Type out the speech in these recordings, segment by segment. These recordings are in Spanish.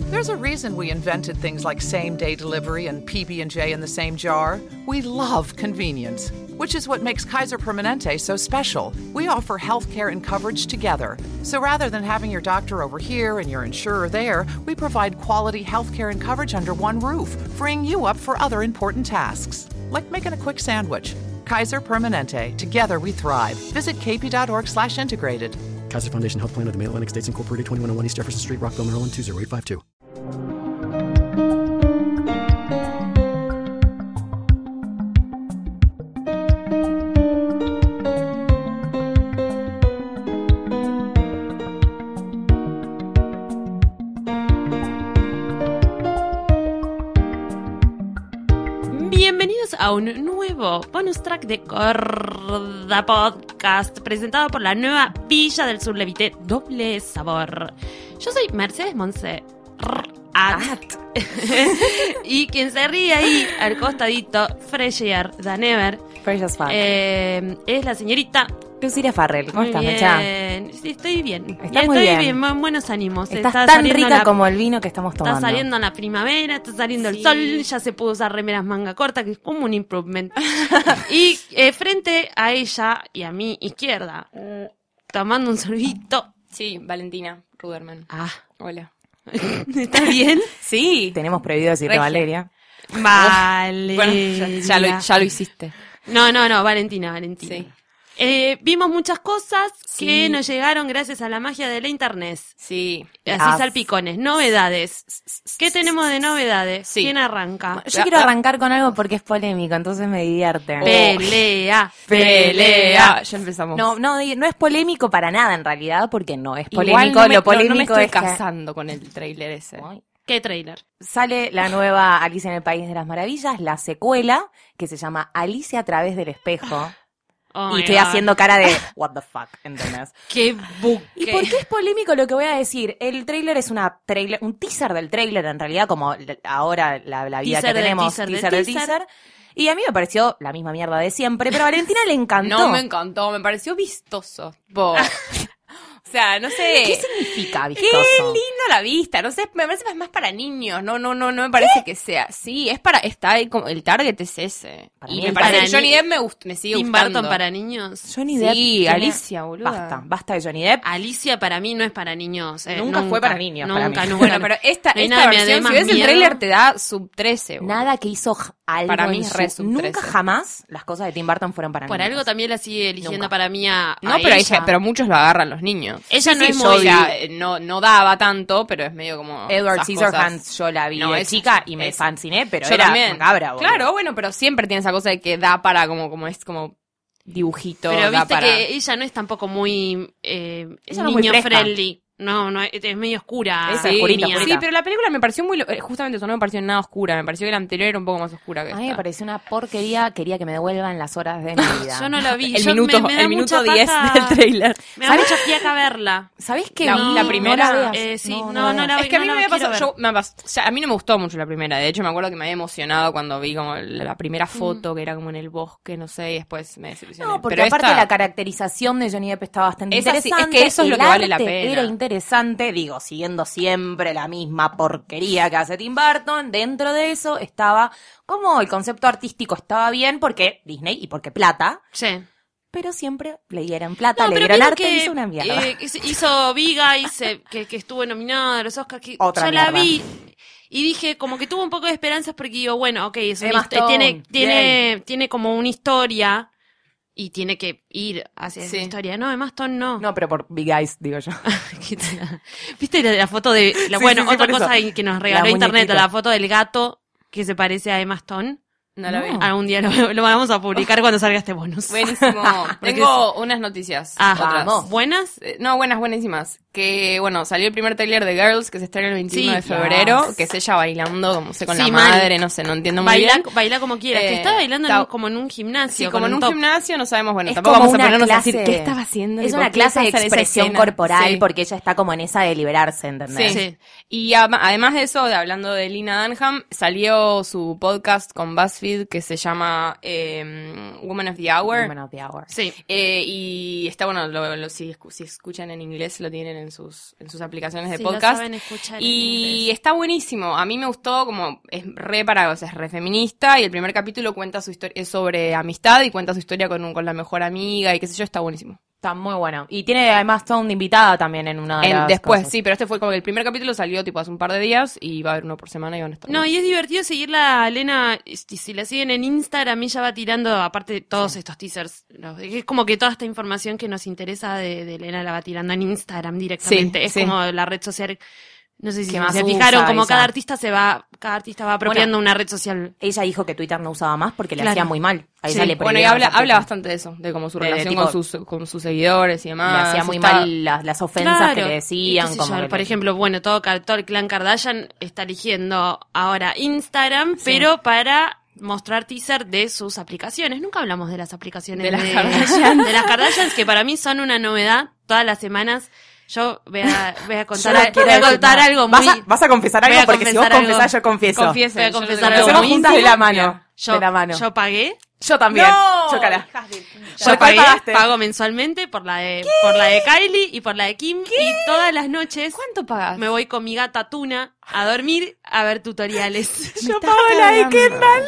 There's a reason we invented things like same-day delivery and PB&J in the same jar. We love convenience, which is what makes Kaiser Permanente so special. We offer healthcare and coverage together. So rather than having your doctor over here and your insurer there, we provide quality healthcare and coverage under one roof, freeing you up for other important tasks, like making a quick sandwich. Kaiser Permanente. Together we thrive. Visit kp.org/integrated. Kaiser Foundation Health Plan of the Mid-Atlantic States Incorporated, 2101 East Jefferson Street, Rockville, Maryland, 20852. Bienvenidos a un nuevo bonus track de Corda Podcast, presentado por la nueva Villa del Sur Levité, doble sabor. Yo soy Mercedes Monse y quien se ríe ahí al costadito, fresher than ever, Fresh as fuck. es la señorita Lucila Farrell, ¿cómo estás, Mecha? Sí, estoy bien. Estás muy bien. Con buenos ánimos. Estás Está tan saliendo rica como el vino que estamos tomando. Está saliendo la primavera, está saliendo el sol, ya se pudo usar remeras manga corta, que es como un improvement. Y frente a ella y a mi izquierda, tomando un sorbito. Sí, Valentina Ruderman. Ah, Hola. ¿está bien? Sí. Tenemos prohibido decirte Regia. Valeria. Vale. Bueno, ya lo hiciste. No, Valentina. Sí. Vimos muchas cosas Sí. que nos llegaron gracias a la magia de la internet. Sí. Así salpicones, novedades. ¿Qué tenemos de novedades? Sí. ¿Quién arranca? Yo quiero arrancar con algo porque es polémico, entonces me divierte. Pelea. Ya empezamos. No es polémico para nada en realidad, porque no es Igual polémico. no me Lo polémico estoy es que casando con el tráiler ese. Ay. ¿Qué trailer? Sale la nueva Alicia en el País de las Maravillas, la secuela, que se llama Alicia a través del espejo. Oh Y my estoy God. haciendo cara de what the fuck, ¿entendés? ¡Qué buque! ¿Y por qué es polémico lo que voy a decir? El tráiler es un teaser del tráiler, en realidad, como ahora la vida Teaser que del tenemos, teaser del teaser del teaser. teaser. Y a mí me pareció la misma mierda de siempre, pero a Valentina le encantó. No me encantó, me pareció vistoso. O sea, no sé. ¿Qué significa Qué vistoso? lindo la vista, no sé, me parece más para niños, no me parece que sea. Sí, está ahí como, el target es ese. Para Y mí me el parece target- que Johnny Depp me sigue Tim gustando. Burton para niños. Johnny Depp Sí, tiene- Alicia, boluda. Basta de Johnny Depp. Alicia para mí no es para niños. Nunca fue para niños, para Nunca, mí. nunca. Bueno, pero esta No hay nada que me dé versión, más si ves el miedo. tráiler te da sub 13. boludo. Nada que hizo algo Para mí en es su- re sub Nunca 13. jamás las cosas de Tim Burton fueron para Por niños. algo también la sigue eligiendo Nunca. para mí a No, pero, ella. pero muchos lo agarran los niños. Ella no Sí, es yo muy... no daba tanto, pero es medio como Edward esas Scissorhands cosas. yo la vi No, de es- chica y me es- fasciné, pero Yo era también. macabra, boludo. Claro, bueno, pero siempre tiene esa cosa de que da para como es como dibujito. Pero da viste para... que ella no es tampoco muy Ella no es muy niño fresca. friendly. No, es medio oscura. Es Sí, oscurita, niña. oscurita. sí, pero la película me pareció muy... justamente eso no me pareció nada oscura. Me pareció que la anterior era un poco más oscura que A mí me esta. pareció una porquería, quería que me devuelvan las horas de mi vida. Yo no lo vi. El Yo minuto, me da el minuto mucha 10 paja- del tráiler. Me da mucha fiaca verla. ¿Sabés qué La- vi? la primera, No la veas. sí, no no la la veas. Es que a mí no me había quiero pasado, ver. o sea, a mí no me gustó mucho la primera. De hecho, me acuerdo que me había emocionado cuando vi como la primera foto que era como en el bosque, no sé, y después me desilusioné. No, porque Pero aparte esta- la caracterización de Johnny Depp estaba bastante Es así, interesante. es que eso es lo el que vale la arte pena. Era interesante, digo, siguiendo siempre la misma porquería que hace Tim Burton. Dentro de eso estaba como el concepto artístico estaba bien porque Disney y porque plata, Sí. pero siempre le dieron plata, No, le pero dieron vieron arte que y hizo una mierda. hizo Viga que estuvo nominada a los Oscars. Otra yo la mierda. vi y dije como que tuvo un poco de esperanzas porque digo, bueno, ok, es una Emma Stone, tiene como una historia y tiene que ir hacia esa Sí. historia. No, Emma Stone no. No, pero por Big Eyes, digo yo. ¿Viste la foto de... Sí, bueno, sí, sí, otra por cosa eso. que nos regaló La internet, muñequita. la foto del gato que se parece a Emma Stone. No la vi. Algún día lo vamos a publicar cuando salga este bonus. Buenísimo. Tengo unas noticias. Ajá. Otras. ¿Buenas? No, buenísimas. Que, bueno, salió el primer tráiler de Girls, que se estrena el 21 Sí. de febrero, Yes. que es ella bailando, como sé, con Sí, la mal. madre, no sé, no entiendo muy bien. Baila como quieras. Que está bailando como en un gimnasio. Sí, como en un top. gimnasio, no sabemos, bueno, Es tampoco como vamos a una ponernos clase- a decir qué estaba haciendo. Es ni una por qué clase de pasa en esa expresión escena. corporal Sí. porque ella está como en esa de liberarse, ¿entendés? Sí. Y además de eso, hablando de Lina Dunham, salió su podcast con BuzzFeed que se llama Woman of the Hour. Woman of the Hour. Sí. Y está bueno, si escuchan en inglés lo tienen en sus aplicaciones de Sí, podcast. lo saben escuchar en Y inglés. está buenísimo. A mí me gustó, como es re feminista, y el primer capítulo cuenta su historia, es sobre amistad y cuenta su historia con la mejor amiga y qué sé yo, está buenísimo. Está muy bueno. Y tiene además Sound invitada también en una de las Después, cosas. sí, pero este fue como que el primer capítulo salió tipo hace un par de días y va a haber uno por semana y van a estar. No, y es divertido seguirla a Elena, si la siguen en Instagram, ella va tirando, aparte de todos estos teasers, es como que toda esta información que nos interesa de Elena la va tirando en Instagram directamente, Sí, es sí. como la red social, no sé si Que más se usa fijaron, como ella. cada artista va apropiando una red social. Ella dijo que Twitter no usaba más porque le Claro. hacía muy mal. A ella Sí, le bueno, y prohibieron habla usar Twitter. bastante de eso, de como su De relación tipo- con sus seguidores y demás. Le hacía muy Está- mal las ofensas que le Y decían. qué sé Como yo, que por le- ejemplo, bueno, todo el clan Kardashian está eligiendo ahora Instagram, pero para mostrar teaser de sus aplicaciones. Nunca hablamos de las aplicaciones De las Kardashian. de las Kardashians, que para mí son una novedad. Todas las semanas yo voy a contar, Yo no quiero voy a decir contar nada. algo muy... ¿Vas a confesar voy algo? a Porque si vos confesar algo. confesás, yo confieso. Confiesen, Voy a yo no confesar tengo algo Hacemos muy juntas de íntimo. la mano. Yo, de la mano. yo pagué. Yo también. ¡No! Chócala. Hijas de puta. Yo ¿Por cuál pagué, pagaste? pago mensualmente por la de Kylie y por la de Kim. Y todas las noches ¿Cuánto pagas? me voy con mi gata Tuna a dormir a ver tutoriales. Yo pago la de Kendall.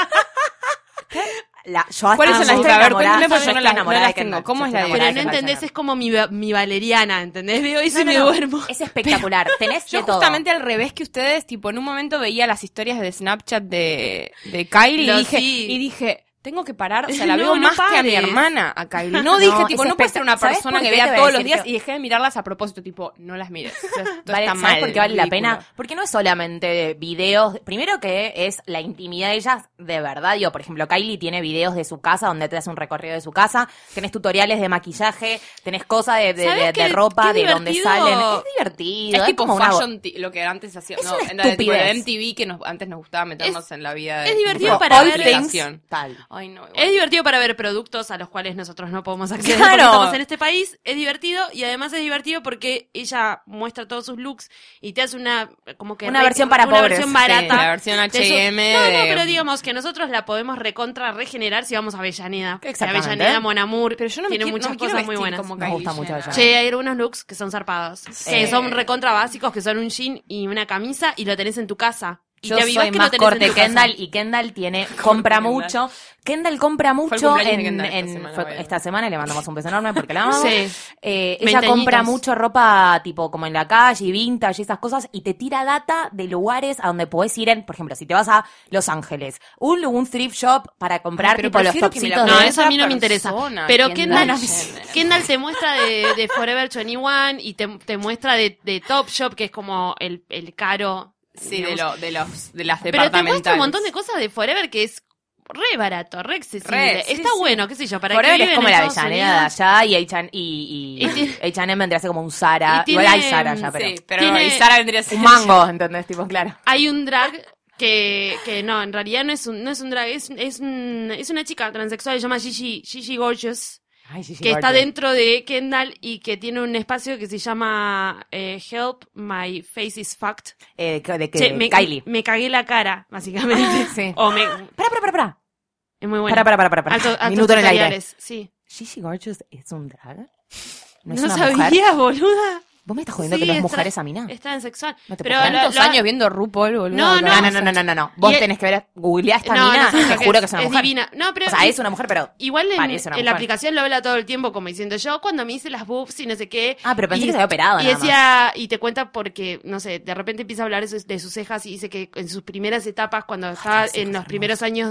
¿Cuáles son las estoy diferencias? A ver, enamorada, cuéntame, porque yo yo no estoy las enamorada de tengo. Kendall. ¿Cómo Yo es la estoy Pero enamorada no de Kendall entendés, Jenner. es como mi valeriana, ¿entendés? Veo eso y No, me no, duermo. Es espectacular. Tenés Yo de todo. justamente al revés que ustedes, tipo, en un momento veía las historias de Snapchat de Kylie Sí. y dije, tengo que parar, o sea, la No, veo no más que a mi pares. hermana, a Kylie. No dije, No, tipo, es no puede ser una ¿sabes persona por que qué vea te voy a todos los decir días que- y dejé de mirarlas a propósito, tipo, no las mires. O sea, esto Vale, está ¿sabes mal. por qué vale la ridículo. pena? Porque no es solamente videos. Primero que es la intimidad de ellas de verdad. Digo, por ejemplo, Kylie tiene videos de su casa donde te hace un recorrido de su casa. Tenés tutoriales de maquillaje, tenés cosas ¿Sabes de qué- ropa, qué de dónde divertido? salen. Es divertido. Es tipo como una- fashion, lo que antes hacía, Es no, una en la de, tipo, de estupidez. MTV que antes nos gustaba meternos en la vida de es divertido tipo, para all ver- things. Tal. Ay, no, igual. Es divertido para ver productos a los cuales nosotros no podemos acceder Claro. porque estamos en este país. Es divertido y además es divertido porque ella muestra todos sus looks y te hace una como que Una versión para una pobres. versión barata. Sí, la versión de su- H&M No, de- pero digamos que nosotros la podemos regenerar si vamos a Avellaneda. Que Exactamente. Avellaneda, Mon Amour, Pero yo no me tiene quiero- muchas no me quiero cosas muy vestir buenas. como Me Kylie gusta mucho Jenner. ella. Che, hay algunos looks que son zarpados. Que son recontra básicos, que son un jean y una camisa y lo tenés en tu casa. Y Yo te avivás soy que más lo tenés en corte tu casa. Kendall y Kendall compra Kendall. mucho. Kendall compra Fue el mucho cumpleaños de Kendall esta semana, fue obvio. esta semana, le mandamos un beso enorme porque la amamos. Sí. Ella 20 compra añitos. mucho ropa tipo como en la calle, vintage y esas cosas y te tira data de lugares a donde podés ir por ejemplo, si te vas a Los Ángeles, un thrift shop para comprar Pero tipo los prefiero que me la topsitos No, de eso a mí no otra me interesa. persona, Pero Kendall Kendall, Jenner. te muestra de Forever 21 y te muestra de Topshop, que es como el caro. Sí, digamos. de las Pero te muestra departamentales. un montón de cosas de Forever que es re barato, re accesible. Re, sí, Está sí. bueno, qué sé yo, para Forever que es vive como en la Estados Avellaneda de Unidos. allá y Y tiene- H&M vendría a ser como un Zara. y Igual tiene- hay Zara allá, pero Sí, pero Tiene- y Sara vendría a ser un mango, ¿entendés? Tipo, claro. Hay un drag que no, en realidad no es un drag, es una chica transexual, se llama Gigi Gorgeous. Ay, sí, sí, Que está gorgeous. dentro de Kendall y que tiene un espacio que se llama Help, My Face is Fucked. Che, Kylie. me cagué la cara, básicamente. Sí. O me, Para. es muy bueno. Para. Altos Minuto en el aire. tutoriales, sí. Gigi Gorgeous es un drag. No, es una sabía, mujer. boluda. ¿Vos me estás jodiendo Sí, que no es es mujer tra- esa mina? Es transexual. No te Pero puedo creer. ¿Cuántos años viendo RuPaul, boludo? No, No. Vos Y- tenés que ver, googlear esta No, mina, no sé te lo que juro que es una mujer. divina. No, pero O sea, es una mujer, pero igual parece una en la mujer. aplicación lo habla todo el tiempo como diciendo yo cuando me hice las boobs y no sé qué. Ah, pero pensé y- que se había operado Y nada decía, y te cuenta porque, no sé, de repente empieza a hablar de sus cejas y dice que en sus primeras etapas, cuando estaba en los primeros años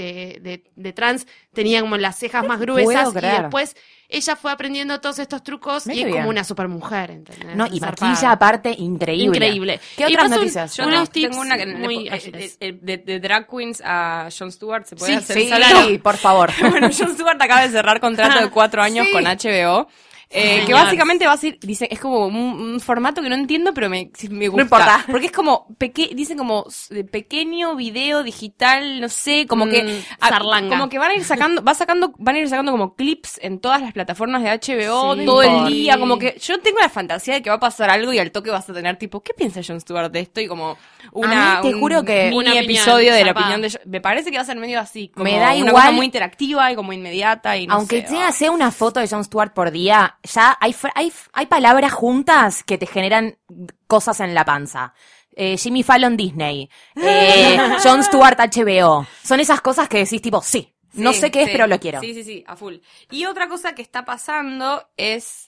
de trans, tenía como las cejas más gruesas y creer. después ella fue aprendiendo todos estos trucos Mirá y qué es bien. como una supermujer, ¿entendés? No, y Zarpada. maquilla aparte increíble. Increíble. ¿Qué Y otras pasa noticias? Yo unos tengo tips una que muy ágiles. de drag queens a Jon Stewart se puede Sí, hacer sí, sola? sí, por favor. Bueno, Jon Stewart acaba de cerrar contrato de 4 años con HBO. Que Señor. básicamente va a ser, dice, es como un formato que no entiendo, pero me gusta. importa. Porque es como, dicen como de pequeño video digital, no sé, como que, zarlanga. como que van a ir sacando como clips en todas las plataformas de HBO Sí. todo el Por- día, como que yo tengo la fantasía de que va a pasar algo y al toque vas a tener tipo, ¿qué piensa Jon Stewart de esto? Y como A mí te juro que- mini Una opinión episodio de la zarpada. opinión de me parece que va a ser medio así, como Me da una igual- cosa muy interactiva y como inmediata y no Aunque sé, sea una foto de Jon Stewart por día, ya hay palabras juntas que te generan cosas en la panza. Jimmy Fallon Disney, Jon Stewart HBO. Son esas cosas que decís tipo, sí, no sé qué es, pero lo quiero. Sí, a full. Y otra cosa que está pasando es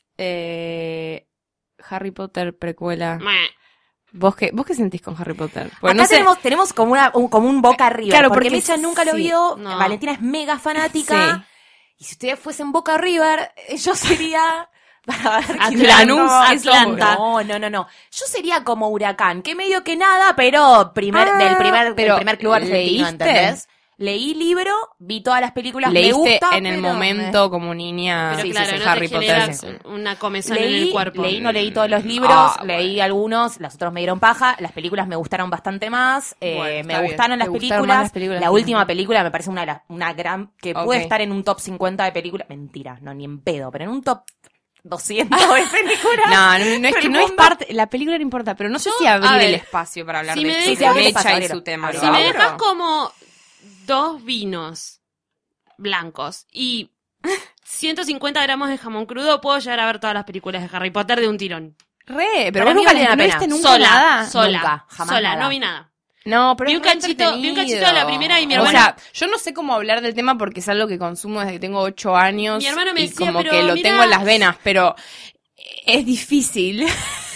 Harry Potter precuela. ¿Vos qué sentís con Harry Potter? Porque acá tenemos como un boca arriba. Claro, porque Mecha nunca lo vio, no. Valentina es mega fanática. Y si ustedes fuesen Boca River, yo sería... Para ver quién Lanús, Atlanta. No. Yo sería como Huracán, que medio que nada, pero del primer club argentino, ¿entendés? Leí libro, vi todas las películas, leíste me gusta, en el momento como niña. Pero Sí, claro, sí, no Harry te Potter. genera una comezón en el cuerpo. No leí todos los libros, leí algunos, los otros me dieron paja, las películas me gustaron bastante más, Bueno, me está gustaron bien. las ¿Te gustaron películas, más las películas? la última película me parece una gran, que puede Ok. estar en un top 50 de películas, mentira, no, ni en pedo, pero en un top 200 de películas. No es que del no es mundo. parte, la película no importa, pero no sé si a abrir ver, el espacio para hablar si de me esto, dejas- de abrir el Mecha espacio, y su abrir. tema. Si Si me ¿Abro? dejas como 2 vinos blancos y 150 gramos de jamón crudo, puedo llegar a ver todas las películas de Harry Potter de un tirón. Pero Para vos mí nunca vale la ¿no pena. viste nunca Sola, nada? sola, Nunca, jamás sola, nada. no vi nada. No, pero Vi es un re cachito entretenido. de la primera y mi O hermana- sea, yo no sé cómo hablar del tema porque es algo que consumo desde que tengo 8 años. Mi hermano me y decía, como pero que lo mirá- tengo en las venas, pero es difícil.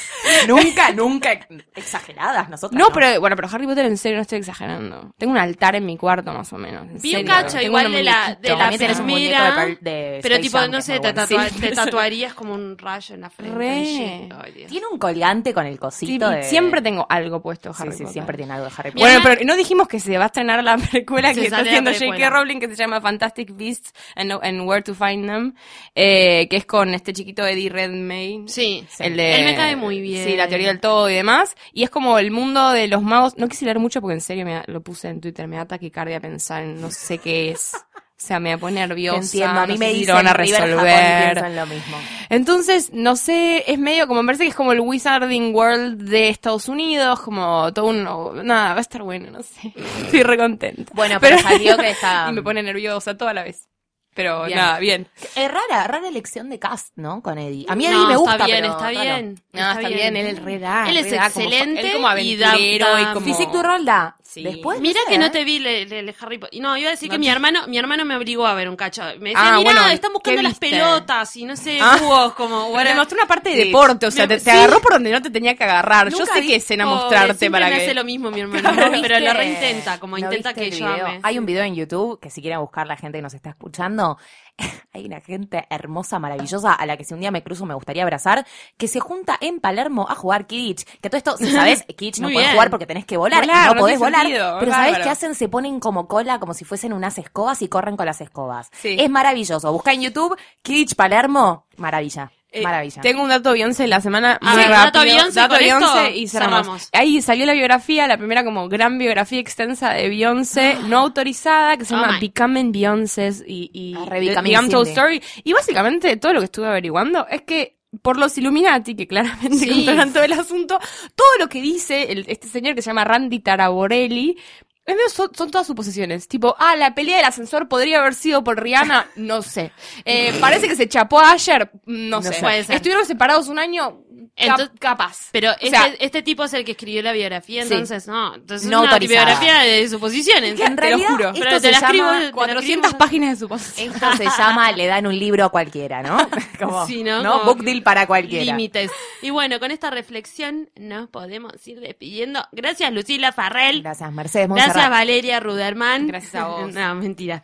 Nunca exageradas nosotros. No, pero Harry Potter en serio no estoy exagerando. Tengo un altar en mi cuarto más o menos. en Vi un serio. cacho Tengo igual unos de la muñequitos. También tenés un muñeco primera, de pero Space tipo, Jam, no que sé, es muy te, bueno. te tatuarías como un rayo en la frente. Re. Shit. Ay, Dios. Tiene un colgante con el Sí, cosito de... siempre tengo algo puesto de Harry Sí, Potter. siempre tiene algo de Harry Mi Potter. Bueno, hermana- pero no dijimos que se va a estrenar la precuela Se que está sale la haciendo precuela. J.K. Rowling, que se llama Fantastic Beasts and Where to Find Them, que es con este chiquito Eddie Redmayne. Sí, El de, él me cae muy bien. Sí, la teoría del todo y demás. Y es como el mundo de los magos. No quise leer mucho porque en serio lo puse en Twitter. Me da taquicardia pensar en no sé qué es. O sea, me pone nerviosa. Te entiendo, a mí no me sé si dicen lo van a River, Japón y resolver. pienso en lo mismo. Entonces, no sé, es medio como, me parece que es como el Wizarding World de Estados Unidos, como todo nada, va a estar bueno, no sé. Estoy re contenta. Bueno, pero salió que está... Y me pone nerviosa toda la vez. Pero Bien. nada, bien. Es rara elección de cast, ¿no? Con Eddie. A mí Eddie No, me gusta, está bien, pero está raro. bien. No, está bien, él Él es excelente él como aventurero y da- y como... Physique du rol da. Sí. Después, Mira sé, que no ¿eh? te vi el Harry Potter. No, iba a decir que mi hermano me obligó a ver un cacho. Me decía, Ah, mira, bueno, están buscando ¿qué las viste? pelotas y no sé, Ah. jugos como... Bueno, bueno, te mostró una parte de sí. deporte, o sea, te Sí. agarró por donde no te tenía que agarrar. Yo nunca sé vi- qué escena pobre, mostrarte siempre para me que... hace lo mismo mi hermano, ¿No viste? pero lo reintenta, como ¿No intenta viste que el yo video? ame. Hay un video en YouTube que si quieren buscar la gente que nos está escuchando, hay una gente hermosa, maravillosa, a la que si un día me cruzo me gustaría abrazar, que se junta en Palermo a jugar Quidditch. Que todo esto, si sabes, Quidditch no Muy podés bien. jugar porque tenés que volar, Volar, y no no podés tiene volar. sentido, Pero es ¿sabés bárbaro. qué hacen? Se ponen como cola, como si fuesen unas escobas y corren con las escobas. Sí. Es maravilloso. Busca en YouTube Quidditch Palermo, maravilla. Maravilla. Tengo un dato Beyoncé de la semana A muy ver, rápido. dato Beyoncé, con esto y cerramos. cerramos. Ahí salió la biografía, la primera como gran biografía extensa de Beyoncé, no autorizada, que se llama my. Becoming Beyoncé y Re The Becoming Untold Cindy. Story. Y básicamente todo lo que estuve averiguando es que por los Illuminati, que claramente Sí. controlan todo el asunto, todo lo que dice este señor que se llama Randy Taraborelli, es medio son todas suposiciones. Tipo, la pelea del ascensor podría haber sido por Rihanna, no sé. Parece que se chapó a Asher, no sé. Puede ser. Estuvieron separados un año, capaz. Pero O sea, este tipo es el que escribió la biografía, Sí. entonces no. Entonces No es una autorizada. biografía de suposiciones. Que en te lo realidad juro. esto Pero se te la llama... escribo, te la 400 escribo. páginas de suposición. Esto se llama Le dan un libro a cualquiera, ¿no? Como, Sí, ¿no? ¿no? Como Book deal para cualquiera. Límites. Y bueno, con esta reflexión nos podemos ir despidiendo. Gracias, Lucila Farrell. Gracias, Mercedes Gracias, Monserrat. Valeria Ruderman. Gracias a vos. No, mentira.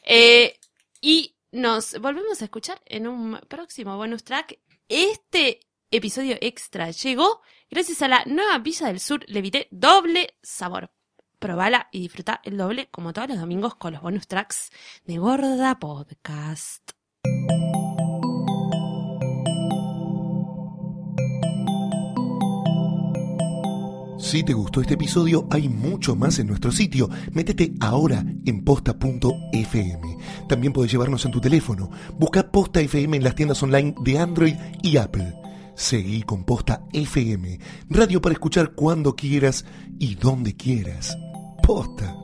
Y nos volvemos a escuchar en un próximo bonus track. Este episodio extra llegó gracias a la nueva Villa del Sur Levité Doble Sabor. Probala y disfruta el doble como todos los domingos con los bonus tracks de Gorda Podcast. Si te gustó este episodio, hay mucho más en nuestro sitio. Métete ahora en posta.fm. También podés llevarnos en tu teléfono. Busca Posta FM en las tiendas online de Android y Apple. Seguí con Posta FM, radio para escuchar cuando quieras y donde quieras. Posta.